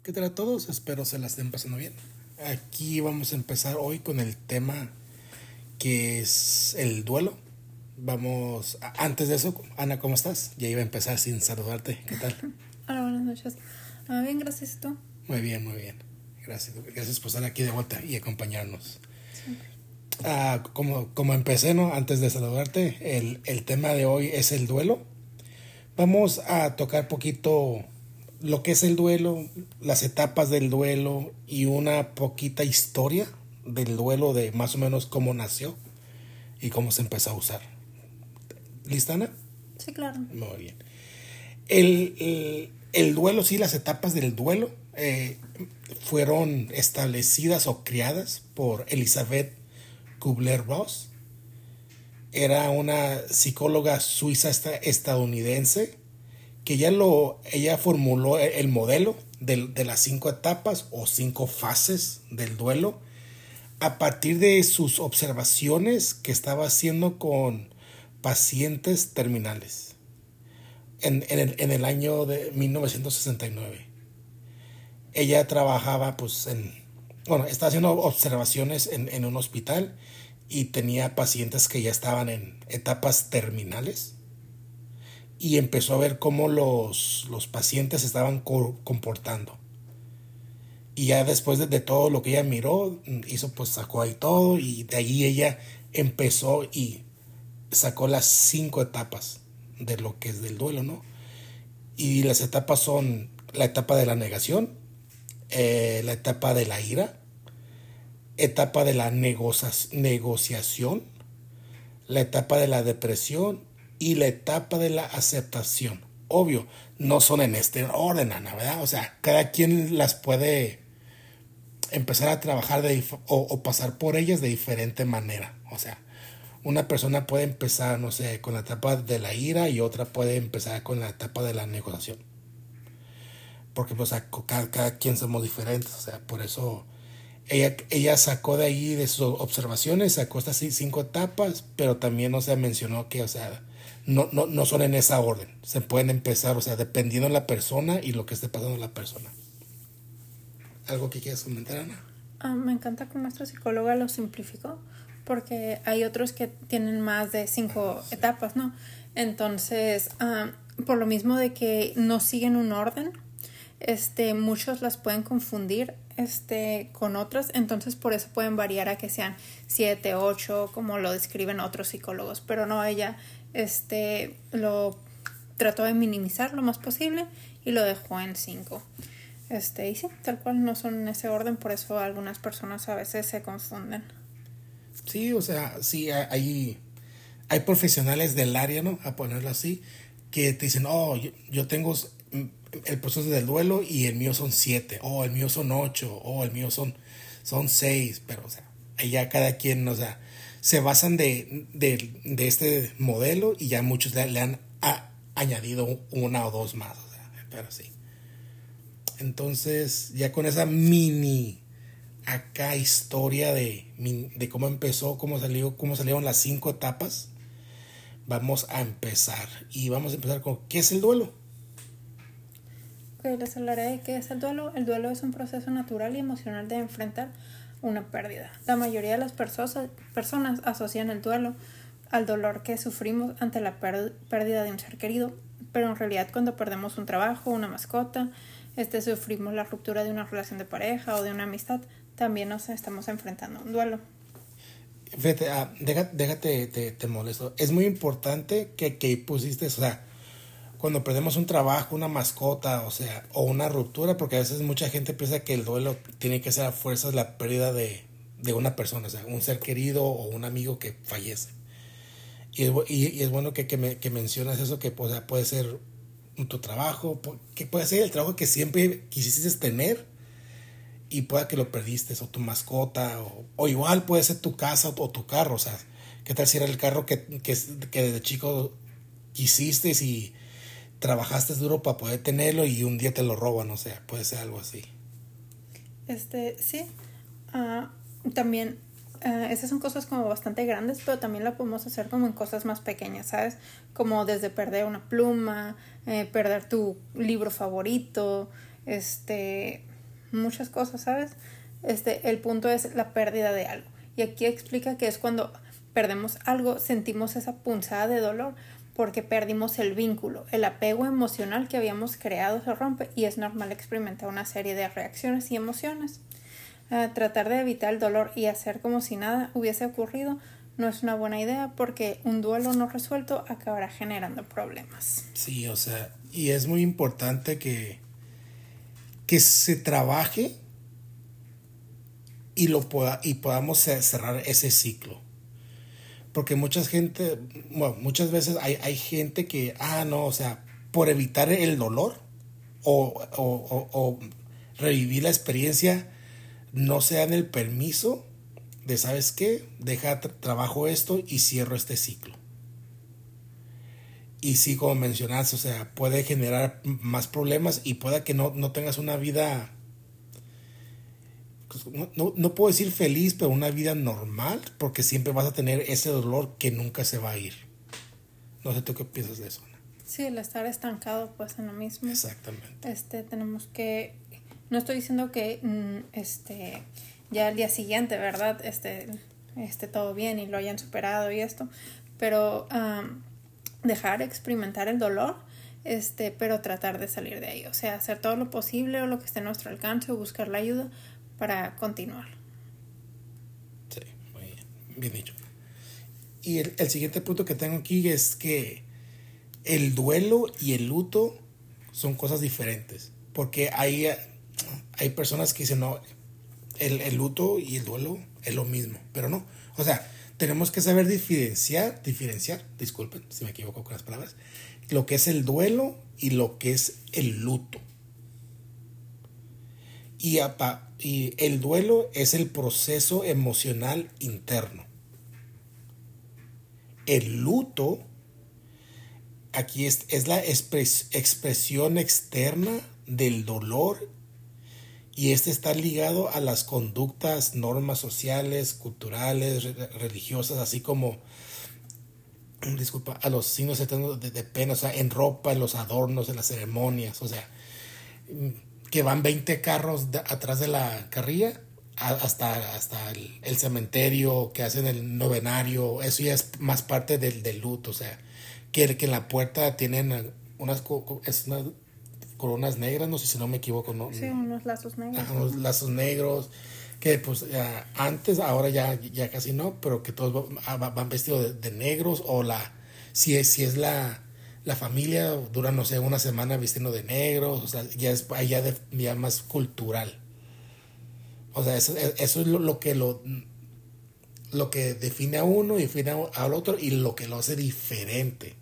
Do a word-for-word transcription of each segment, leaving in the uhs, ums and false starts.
¿Qué tal a todos? Espero se la estén pasando bien. Aquí vamos a empezar hoy con el tema que es el duelo. Vamos, a- antes de eso, Ana, ¿cómo estás? Ya iba a empezar sin saludarte. ¿Qué tal? Hola, buenas noches. Ah, bien, gracias. ¿Y tú? Muy bien, muy bien. Gracias. Gracias por estar aquí de vuelta y acompañarnos. Siempre. Ah, como, como empecé, ¿no? Antes de saludarte, el, el tema de hoy es el duelo. Vamos a tocar poquito lo que es el duelo, las etapas del duelo y una poquita historia del duelo de más o menos cómo nació y cómo se empezó a usar. ¿Lista, Ana? Sí, claro. Muy bien. El, el, el duelo, sí, las etapas del duelo eh, fueron establecidas o creadas por Elizabeth Kubler-Ross. Era una psicóloga suiza estadounidense que ella, lo, ella formuló el modelo de, de las cinco etapas o cinco fases del duelo a partir de sus observaciones que estaba haciendo con pacientes terminales en, en, el, en el año de mil novecientos sesenta y nueve. Ella trabajaba pues en, bueno, estaba haciendo observaciones en, en un hospital y tenía pacientes que ya estaban en etapas terminales y empezó a ver cómo los, los pacientes se estaban co- comportando. Y ya después de, de todo lo que ella miró, hizo pues sacó ahí todo y de ahí ella empezó y sacó las cinco etapas de lo que es del duelo, ¿no? Y las etapas son la etapa de la negación, eh, la etapa de la ira, etapa de la negocia- negociación, la etapa de la depresión y la etapa de la aceptación. Obvio, no son en este orden, Ana, ¿verdad? O sea, cada quien las puede empezar a trabajar de dif- o, o pasar por ellas de diferente manera. O sea, una persona puede empezar, no sé, con la etapa de la ira y otra puede empezar con la etapa de la negociación. Porque pues cada, cada quien somos diferentes, o sea, por eso ella, ella sacó de ahí de sus observaciones, sacó estas cinco etapas, pero también, o sea, mencionó que, o sea, no, no, no son en esa orden. Se pueden empezar, o sea, dependiendo de la persona y lo que esté pasando la persona. ¿Algo que quieras comentar, Ana? Ah, me encanta cómo nuestra psicóloga lo simplificó, porque hay otros que tienen más de cinco Ah, sí. etapas, ¿no? Entonces, ah, por lo mismo de que no siguen un orden, este, muchos las pueden confundir este, con otras, entonces por eso pueden variar a que sean siete, ocho, como lo describen otros psicólogos, pero no, ella este, lo trató de minimizar lo más posible y lo dejó en cinco. Este, y sí, tal cual no son en ese orden, por eso algunas personas a veces se confunden. Sí, o sea, sí, hay, hay profesionales del área, ¿no? A ponerlo así, que te dicen, oh, yo, yo tengo el proceso del duelo y el mío son siete, o oh, el mío son ocho, o oh, el mío son, son seis, pero, o sea, ya cada quien, o sea, se basan de, de, de este modelo y ya muchos le, le han a, añadido una o dos más, o sea, pero sí. Entonces, ya con esa mini acá historia de, de cómo empezó, cómo salió, cómo salieron las cinco etapas, vamos a empezar. Y vamos a empezar con ¿qué es el duelo? Ok, les hablaré de qué es el duelo. El duelo es un proceso natural y emocional de enfrentar una pérdida. La mayoría de las perso- personas asocian el duelo al dolor que sufrimos ante la per- pérdida de un ser querido, pero en realidad cuando perdemos un trabajo, una mascota, este, sufrimos la ruptura de una relación de pareja o de una amistad, también nos estamos enfrentando a un duelo. Fíjate, ah, déjate, déjate te, te molesto. Es muy importante que, que pusiste, o sea, cuando perdemos un trabajo, una mascota, o sea, o una ruptura, porque a veces mucha gente piensa que el duelo tiene que ser a fuerzas la pérdida de, de una persona, o sea, un ser querido o un amigo que fallece. Y es, y, y es bueno que, que, me, que mencionas eso, que o sea, puede ser tu trabajo, que puede ser el trabajo que siempre quisiste tener y pueda que lo perdiste, o tu mascota, o, o igual puede ser tu casa o, o tu carro, o sea, ¿qué tal si era el carro que, que, que desde chico quisiste y trabajaste duro para poder tenerlo y un día te lo roban? O sea, puede ser algo así. Este, sí. Uh, también, uh, esas son cosas como bastante grandes, pero también la podemos hacer como en cosas más pequeñas, ¿sabes? Como desde perder una pluma, eh, perder tu libro favorito, este, muchas cosas, ¿sabes? Este, el punto es la pérdida de algo. Y aquí explica que es cuando perdemos algo, sentimos esa punzada de dolor porque perdimos el vínculo, el apego emocional que habíamos creado se rompe y es normal experimentar una serie de reacciones y emociones. Uh, tratar de evitar el dolor y hacer como si nada hubiese ocurrido no es una buena idea porque un duelo no resuelto acabará generando problemas. Sí, o sea, y es muy importante que, que se trabaje y, lo poda, y podamos cerrar ese ciclo. Porque mucha gente, bueno, muchas veces hay, hay gente que, ah, no, o sea, por evitar el dolor o, o, o, o revivir la experiencia, no se dan el permiso de, ¿sabes qué? Deja, tra- trabajo esto y cierro este ciclo. Y sí, como mencionaste, o sea, puede generar más problemas y pueda que no, no tengas una vida, no, no, no puedo decir feliz, pero una vida normal, porque siempre vas a tener ese dolor que nunca se va a ir. No sé tú qué piensas de eso, Ana. Sí, el estar estancado pues en lo mismo. Exactamente. Este, tenemos que, no estoy diciendo que mm, este, ya al día siguiente, ¿verdad? Este, esté todo bien y lo hayan superado y esto, pero um, dejar experimentar el dolor, este, pero tratar de salir de ahí, o sea, hacer todo lo posible o lo que esté a nuestro alcance o buscar la ayuda para continuar. Sí, muy bien, bien dicho. Y el, el siguiente punto que tengo aquí es que el duelo y el luto son cosas diferentes. Porque hay, hay personas que dicen, no, el, el luto y el duelo es lo mismo, pero no. O sea, tenemos que saber diferenciar, diferenciar, disculpen si me equivoco con las palabras, lo que es el duelo y lo que es el luto. Y, apa, y el duelo es el proceso emocional interno. El luto, aquí es, es la expres, expresión externa del dolor y este está ligado a las conductas, normas sociales, culturales, re, religiosas, así como, disculpa, a los signos externos de, de pena, o sea, en ropa, en los adornos, en las ceremonias, o sea, que van veinte carros de, atrás de la carrilla hasta, hasta el, el cementerio, que hacen el novenario, eso ya es más parte del, del luto, o sea, que, que en la puerta tienen unas, es unas coronas negras, no sé si no me equivoco, ¿no? Sí, unos lazos negros. Ajá, unos lazos negros, que pues ya, antes, ahora ya, ya casi no, pero que todos van, van vestidos de, de negros, o la, si es, si es la, la familia, dura, no sé, una semana vistiendo de negros, o sea, ya es ya, de, ya más cultural. O sea, eso, eso es lo, lo que lo lo que define a uno y define al otro y lo que lo hace diferente.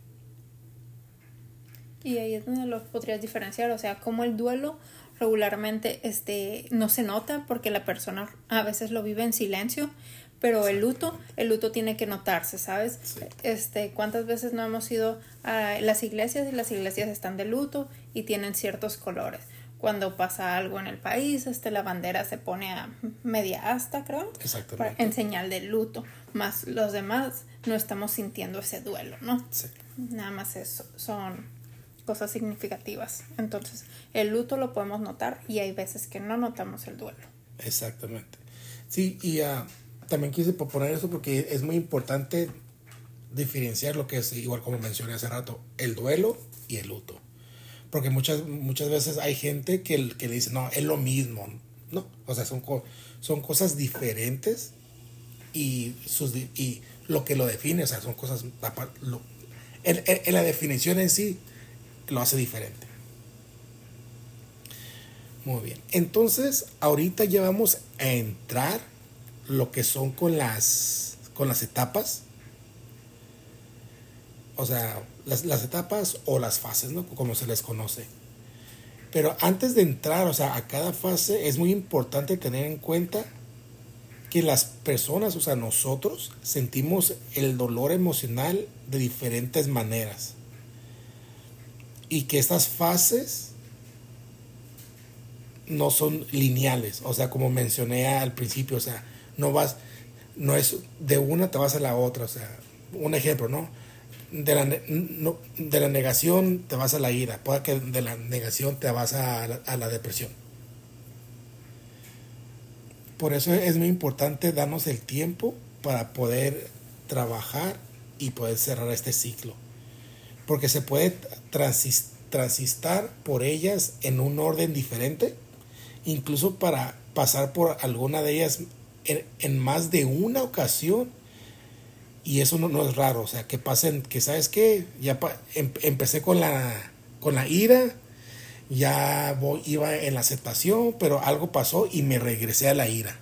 Y ahí es donde los podrías diferenciar, o sea, como el duelo regularmente este, no se nota porque la persona a veces lo vive en silencio, pero el luto, el luto tiene que notarse, ¿sabes? Sí. Este, ¿cuántas veces no hemos ido a las iglesias y las iglesias están de luto y tienen ciertos colores? Cuando pasa algo en el país, este, la bandera se pone a media asta, creo, exactamente, en señal de luto. Más los demás no estamos sintiendo ese duelo, ¿no? Sí. Nada más eso, son cosas significativas. Entonces, el luto lo podemos notar y hay veces que no notamos el duelo. Exactamente. Sí, y uh, también quise proponer eso porque es muy importante diferenciar lo que es, igual como mencioné hace rato, el duelo y el luto. Porque muchas, muchas veces hay gente que, que le dice, no, es lo mismo. No, o sea, son, son cosas diferentes y, sus, y lo que lo define, o sea, son cosas, lo, en, en la definición en sí, lo hace diferente. Muy bien. Entonces, ahorita ya vamos a entrar lo que son con las, con las etapas. O sea, las, las etapas o las fases, ¿no? Como se les conoce. Pero antes de entrar, o sea, a cada fase es muy importante tener en cuenta que las personas, o sea, nosotros sentimos el dolor emocional de diferentes maneras. Y que estas fases no son lineales, o sea, como mencioné al principio, o sea, no vas, no es de una te vas a la otra, o sea, un ejemplo, ¿no? De la, no, de la negación te vas a la ira, puede que de la negación te vas a la, a la depresión. Por eso es muy importante darnos el tiempo para poder trabajar y poder cerrar este ciclo. Porque se puede transis, transistar por ellas en un orden diferente, incluso para pasar por alguna de ellas en, en más de una ocasión. Y eso no, no es raro, o sea, que pasen, que sabes qué, ya pa, em, empecé con la, con la ira, ya voy, iba en la aceptación, pero algo pasó y me regresé a la ira.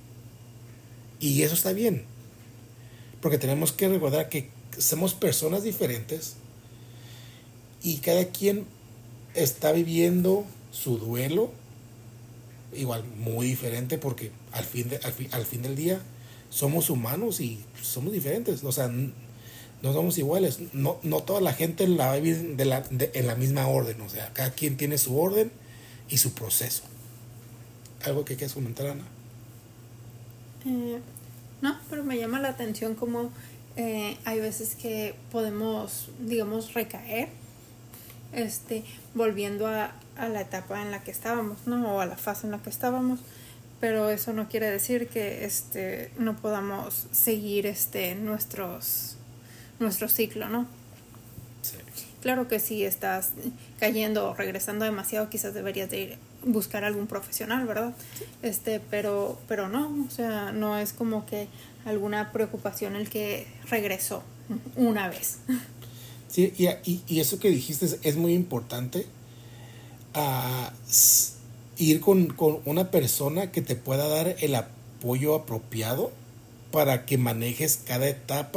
Y eso está bien, porque tenemos que recordar que somos personas diferentes y cada quien está viviendo su duelo igual muy diferente, porque al fin, de, al, fin, al fin del día somos humanos y somos diferentes, o sea, no somos iguales, no, no toda la gente la va a vivir de la, de, en la misma orden, o sea, cada quien tiene su orden y su proceso. ¿Algo que quieras comentar, Ana? Eh, no, pero me llama la atención como eh, hay veces que podemos, digamos, recaer, este, volviendo a, a la etapa en la que estábamos, ¿no? O a la fase en la que estábamos, pero eso no quiere decir que este, no podamos seguir este, nuestros, nuestro ciclo, ¿no? Sí. Claro que si estás cayendo o regresando demasiado, quizás deberías de ir buscar algún profesional, ¿verdad? Sí. Este, pero, pero no, o sea, no es como que alguna preocupación el que regresó una vez. Sí, y, y, y eso que dijiste es, es muy importante. Uh, ir con, con una persona que te pueda dar el apoyo apropiado para que manejes cada etapa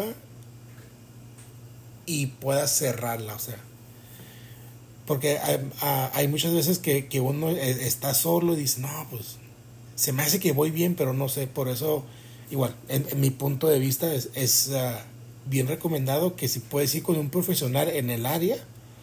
y puedas cerrarla, o sea, porque hay, hay muchas veces que, que uno está solo y dice, no, pues se me hace que voy bien, pero no sé. Por eso igual, en, en mi punto de vista es, es uh, bien recomendado que si puedes ir con un profesional en el área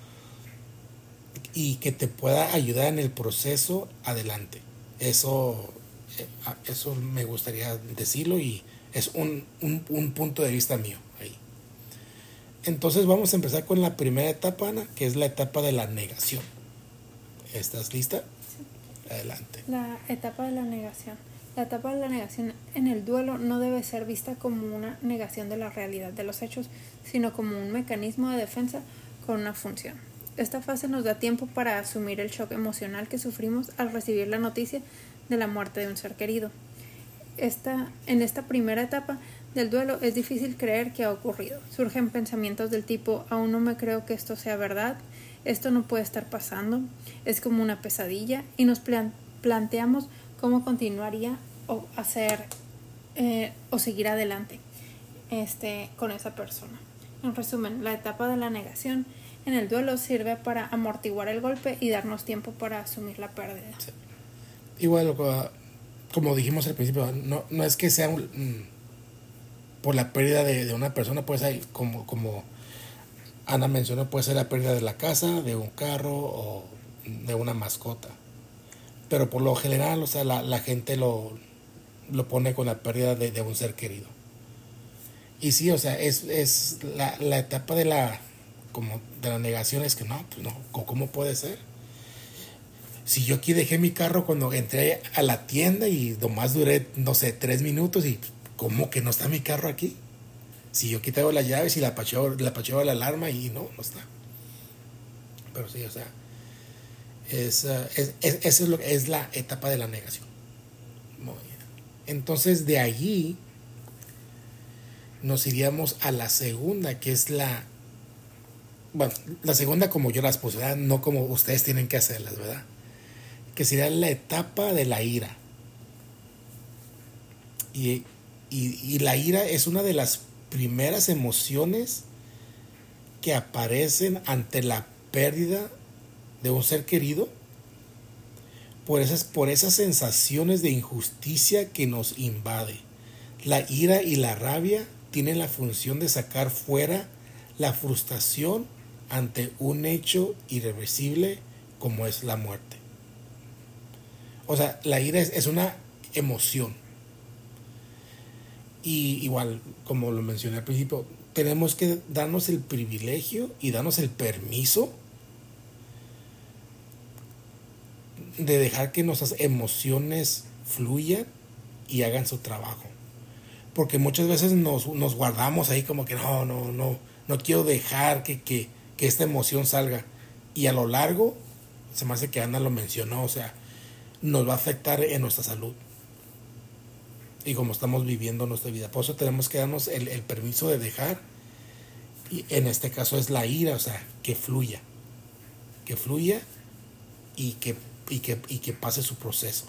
y que te pueda ayudar en el proceso adelante. Eso, eso me gustaría decirlo y es un, un, un punto de vista mío ahí. Entonces vamos a empezar con la primera etapa, Ana, que es la etapa de la negación. ¿Estás lista? Sí. Adelante. La etapa de la negación. La etapa de la negación en el duelo no debe ser vista como una negación de la realidad de los hechos, sino como un mecanismo de defensa con una función. Esta fase nos da tiempo para asumir el shock emocional que sufrimos al recibir la noticia de la muerte de un ser querido. Esta, en esta primera etapa del duelo es difícil creer que ha ocurrido. Surgen pensamientos del tipo, aún no me creo que esto sea verdad, esto no puede estar pasando, es como una pesadilla, y nos plan- planteamos cómo continuaría o hacer eh, o seguir adelante este, con esa persona. En resumen, la etapa de la negación en el duelo sirve para amortiguar el golpe y darnos tiempo para asumir la pérdida. Sí. Igual, como dijimos al principio, no, no es que sea un, mm, por la pérdida de, de una persona, puede ser, como, como Ana mencionó, puede ser la pérdida de la casa, de un carro o de una mascota. Pero por lo general, o sea, la, la gente lo, lo pone con la pérdida de, de un ser querido. Y sí, o sea, es, es la, la etapa de la como de la negación es que no, pues no, ¿cómo puede ser? Si yo aquí dejé mi carro cuando entré a la tienda y nomás duré, no sé, tres minutos y ¿cómo que no está mi carro aquí? Si yo aquí traigo las llaves y la apacheo, la apacheo la alarma y no, no está. Pero sí, o sea, es, es, es, eso es, lo, es la etapa de la negación. Muy bien. Entonces de allí nos iríamos a la segunda, que es la bueno, la segunda como yo las puse, ¿verdad? No como ustedes tienen que hacerlas, ¿verdad? Que sería la etapa de la ira. Y, y, y la ira es una de las primeras emociones que aparecen ante la pérdida de un ser querido, por esas, por esas sensaciones de injusticia que nos invade. La ira y la rabia tienen la función de sacar fuera la frustración ante un hecho irreversible como es la muerte. O sea, la ira es, es una emoción. Y igual, como lo mencioné al principio, tenemos que darnos el privilegio y darnos el permiso de dejar que nuestras emociones fluyan y hagan su trabajo. Porque muchas veces nos, nos guardamos ahí como que no, no, no, no quiero dejar que, que, que esta emoción salga. Y a lo largo, se me hace que Ana lo mencionó, o sea, nos va a afectar en nuestra salud. Y como estamos viviendo nuestra vida. Por eso tenemos que darnos el, el permiso de dejar. Y en este caso es la ira, o sea, que fluya. Que fluya y que, y que, y que pase su proceso.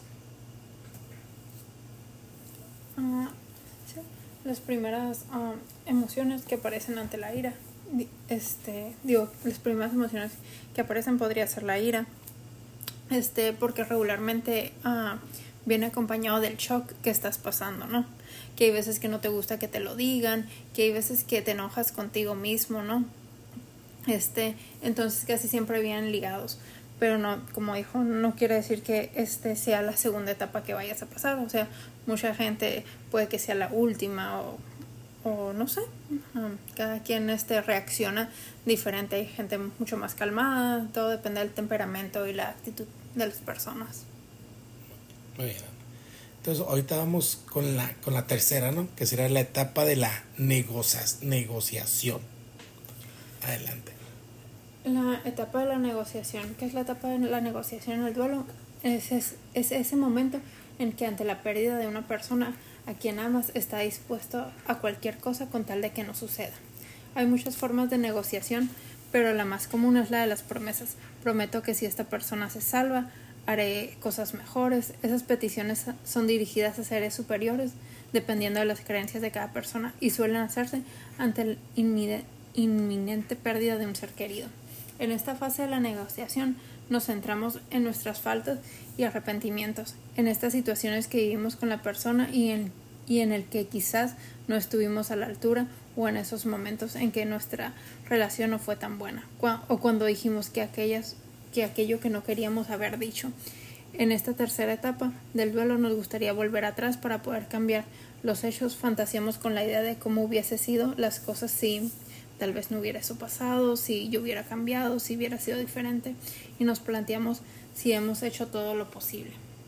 Uh, sí. Las primeras uh, emociones que aparecen ante la ira, este, digo, las primeras emociones que aparecen podría ser la ira, este, porque regularmente uh, viene acompañado del shock que estás pasando, ¿no? Que hay veces que no te gusta que te lo digan, que hay veces que te enojas contigo mismo, ¿no? Este, entonces casi siempre vienen ligados. Pero no, como dijo, no quiere decir que este sea la segunda etapa que vayas a pasar. O sea, mucha gente puede que sea la última o, o no sé. Um, cada quien este reacciona diferente. Hay gente mucho más calmada. Todo depende del temperamento y la actitud de las personas. Muy bien. Entonces, ahorita vamos con la, con la tercera, ¿no? Que será la etapa de la negocia- negociación. Adelante. La etapa de la negociación. ¿Qué es la etapa de la negociación en el duelo? Es, es, es ese momento en que ante la pérdida de una persona a quien amas está dispuesto a cualquier cosa con tal de que no suceda. Hay muchas formas de negociación, pero la más común es la de las promesas. Prometo que si esta persona se salva, haré cosas mejores. Esas peticiones son dirigidas a seres superiores, dependiendo de las creencias de cada persona, y suelen hacerse ante la inminente pérdida de un ser querido. En esta fase de la negociación nos centramos en nuestras faltas y arrepentimientos, en estas situaciones que vivimos con la persona y en, y en el que quizás no estuvimos a la altura, o en esos momentos en que nuestra relación no fue tan buena, o cuando dijimos que, aquellas, que aquello que no queríamos haber dicho. En esta tercera etapa del duelo nos gustaría volver atrás para poder cambiar los hechos. Fantaseamos con la idea de cómo hubiese sido las cosas si tal vez no hubiera eso pasado, si yo hubiera cambiado, si hubiera sido diferente, y nos planteamos si hemos hecho todo lo posible.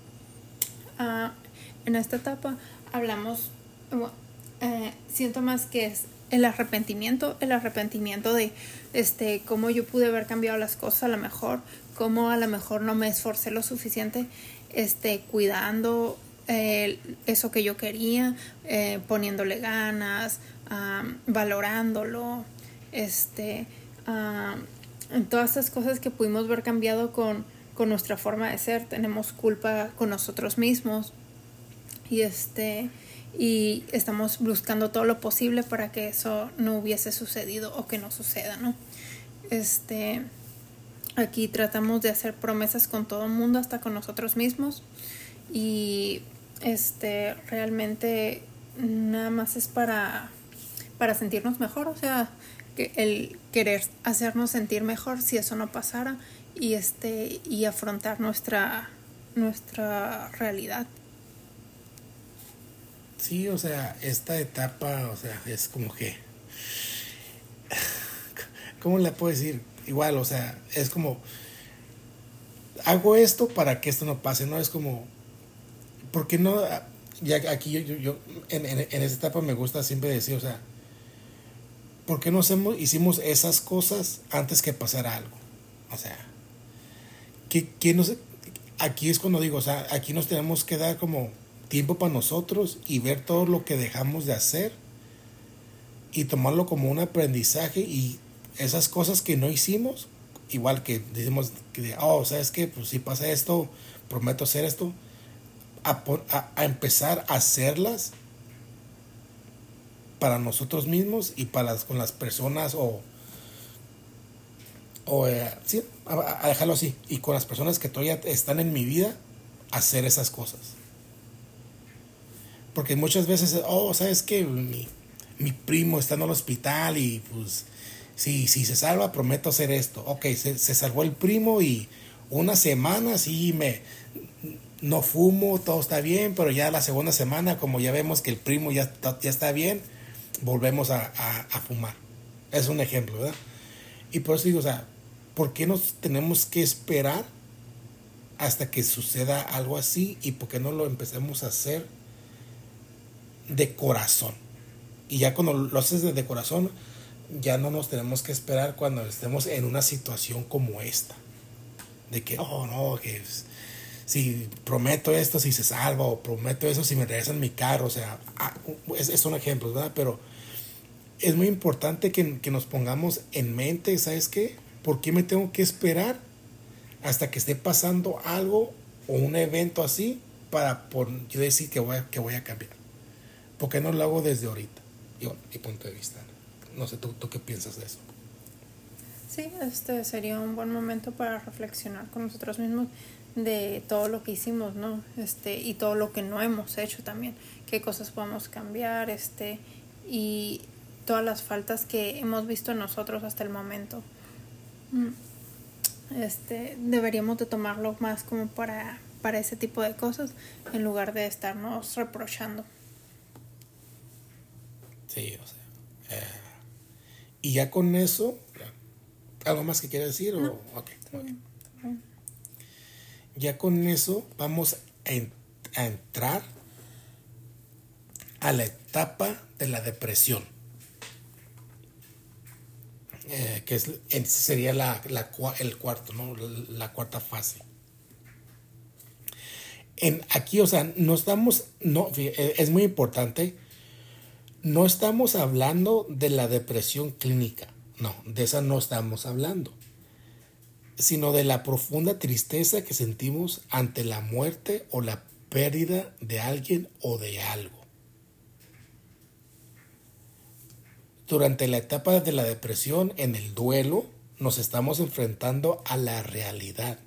Uh, en esta etapa hablamos, uh, eh, siento más que es el arrepentimiento, el arrepentimiento de este cómo yo pude haber cambiado las cosas a lo mejor, cómo a lo mejor no me esforcé lo suficiente este, cuidando eh, eso que yo quería, eh, poniéndole ganas, um, valorándolo, este, uh, todas esas cosas que pudimos ver cambiado con, con nuestra forma de ser. Tenemos culpa con nosotros mismos y este y estamos buscando todo lo posible para que eso no hubiese sucedido o que no suceda, ¿no? Este, aquí tratamos de hacer promesas con todo el mundo, hasta con nosotros mismos, y este realmente nada más es para para sentirnos mejor, o sea, que el querer hacernos sentir mejor si eso no pasara, y este y afrontar nuestra nuestra realidad. Sí, o sea, esta etapa, o sea, es como que, ¿cómo le puedo decir? Igual, o sea, es como, hago esto para que esto no pase, ¿no? Es como, ¿por qué no? Ya aquí yo, yo, yo en, en, en esta etapa me gusta siempre decir, o sea, ¿por qué no hacemos, hicimos esas cosas antes que pasara algo? O sea, ¿qué, qué nos, aquí es cuando digo, o sea, aquí nos tenemos que dar como tiempo para nosotros y ver todo lo que dejamos de hacer y tomarlo como un aprendizaje, y esas cosas que no hicimos, igual que decimos que, oh, ¿sabes qué? Pues si pasa esto, prometo hacer esto, a, a, a empezar a hacerlas para nosotros mismos y para las, con las personas, o, o eh, sí, a, a dejarlo así, y con las personas que todavía están en mi vida, hacer esas cosas. Porque muchas veces, oh, ¿sabes qué? Mi, mi primo está en el hospital y pues si, si se salva, prometo hacer esto. Ok, se, se salvó el primo y una semana sí me no fumo, todo está bien, pero ya la segunda semana, como ya vemos que el primo ya, ya está bien, volvemos a, a, a fumar. Es un ejemplo, ¿verdad? Y por eso digo, o sea, ¿por qué nos tenemos que esperar hasta que suceda algo así? ¿Y por qué no lo empecemos a hacer de corazón. Y ya cuando lo haces de, de corazón, ya no nos tenemos que esperar cuando estemos en una situación como esta. De que, oh, no, que si prometo esto, si se salva, o prometo eso, si me regresan mi carro. O sea, es, es un ejemplo, ¿verdad? Pero es muy importante que, que nos pongamos en mente, ¿sabes qué? ¿Por qué me tengo que esperar hasta que esté pasando algo o un evento así para por yo decir que voy, a, que voy a cambiar? ¿Por qué no lo hago desde ahorita? Y bueno, mi punto de vista. No sé, ¿tú, tú qué piensas de eso? Sí, este sería un buen momento para reflexionar con nosotros mismos de todo lo que hicimos, ¿no? Este, y todo lo que no hemos hecho también. Qué cosas podemos cambiar, este, y todas las faltas que hemos visto en nosotros hasta el momento. Este, deberíamos de tomarlo más como para, para ese tipo de cosas, en lugar de estarnos reprochando. Sí, o sea. Eh, y ya con eso, ¿algo más que quieras decir? No. O, okay, okay. Ya con eso vamos a, en, a entrar a la etapa de la depresión, eh, que es, sería la, la, el cuarto, ¿no? La, la cuarta fase. En, aquí, o sea, no estamos, no, es muy importante, no estamos hablando de la depresión clínica, no, de esa no estamos hablando, sino de la profunda tristeza que sentimos ante la muerte o la pérdida de alguien o de algo. Durante la etapa de la depresión, en el duelo, nos estamos enfrentando a la realidad.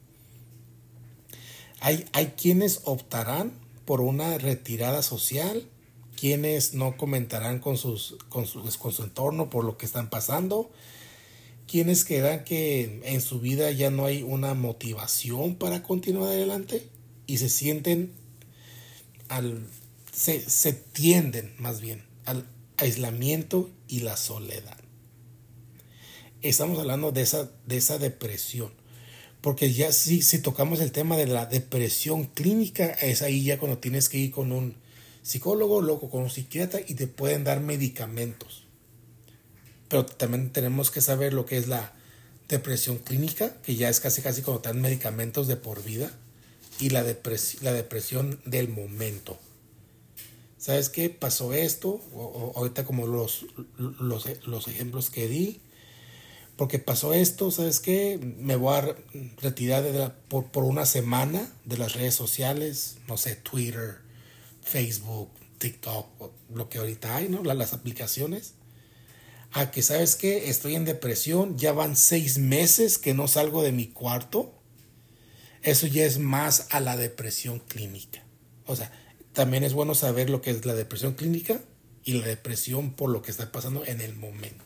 Hay, hay quienes optarán por una retirada social, quienes no comentarán con, sus, con, sus, con su entorno por lo que están pasando, quienes creerán que en su vida ya no hay una motivación para continuar adelante y se sienten, al, se, se tienden más bien al aislamiento y la soledad. Estamos hablando de esa, de esa depresión. Porque ya si, si tocamos el tema de la depresión clínica, es ahí ya cuando tienes que ir con un psicólogo, luego con un psiquiatra y te pueden dar medicamentos. Pero también tenemos que saber lo que es la depresión clínica, que ya es casi casi cuando te dan medicamentos de por vida, y la, depres- la depresión del momento. ¿Sabes qué? Pasó esto, o, o, ahorita como los, los, los ejemplos que di, porque pasó esto, ¿sabes qué? Me voy a retirar de la, por, por una semana de las redes sociales, no sé, Twitter, Facebook, TikTok, lo que ahorita hay, ¿no? Las, las aplicaciones. A que, ¿sabes qué? Estoy en depresión, ya van seis meses que no salgo de mi cuarto. Eso ya es más a la depresión clínica. O sea, también es bueno saber lo que es la depresión clínica y la depresión por lo que está pasando en el momento.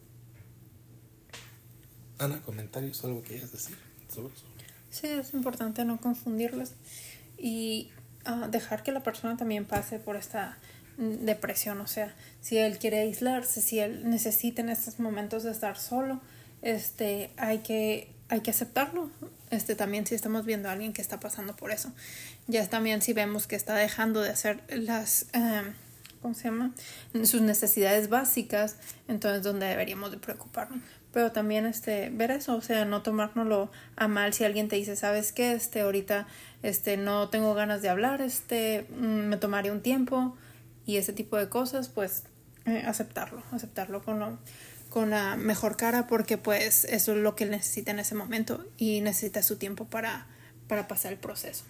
Ana, comentarios, algo que quieras decir sobre eso. Sí, es importante no confundirlos y uh, dejar que la persona también pase por esta depresión. O sea, si él quiere aislarse, si él necesita en estos momentos de estar solo, este, hay que, hay que aceptarlo. Este, también si estamos viendo a alguien que está pasando por eso, ya también si vemos que está dejando de hacer las um, ¿cómo se llama? sus necesidades básicas, entonces donde deberíamos de preocuparnos. Pero también este ver eso, o sea, no tomárnoslo a mal si alguien te dice, ¿sabes qué? Este, ahorita este, no tengo ganas de hablar, este, me tomaré un tiempo y ese tipo de cosas, pues eh, aceptarlo, aceptarlo con, lo, con la mejor cara, porque pues eso es lo que él necesita en ese momento y necesita su tiempo para, para pasar el proceso.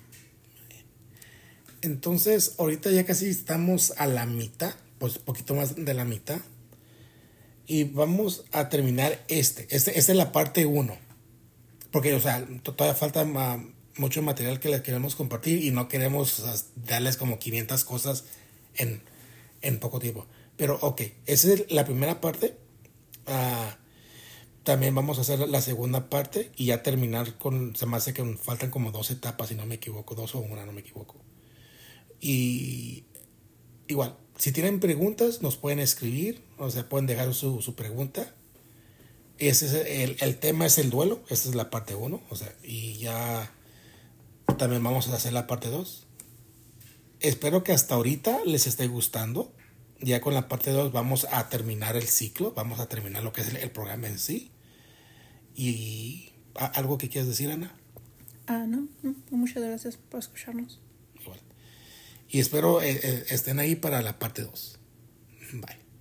Entonces, ahorita ya casi estamos a la mitad, pues poquito más de la mitad. Y vamos a terminar este. Este esta es la parte uno. Porque, o sea, todavía falta uh, mucho material que les queremos compartir y no queremos uh, darles como quinientas cosas en, en poco tiempo. Pero, ok, esa es la primera parte. Uh, también vamos a hacer la segunda parte y ya terminar con... Se me hace que faltan como dos etapas, si no me equivoco. Dos o una, no me equivoco. Y igual, si tienen preguntas, nos pueden escribir, o sea, pueden dejar su, su pregunta. Ese es el, el tema es el duelo, esa es la parte uno, o sea, y ya también vamos a hacer la parte dos. espero que hasta ahorita les esté gustando. Ya con la parte dos vamos a terminar el ciclo, vamos a terminar lo que es el, el programa en sí. Y ¿algo que quieras decir, Ana? Ah, no, no, muchas gracias por escucharnos. Igual. Y espero eh, eh, estén ahí para la parte dos. Bye.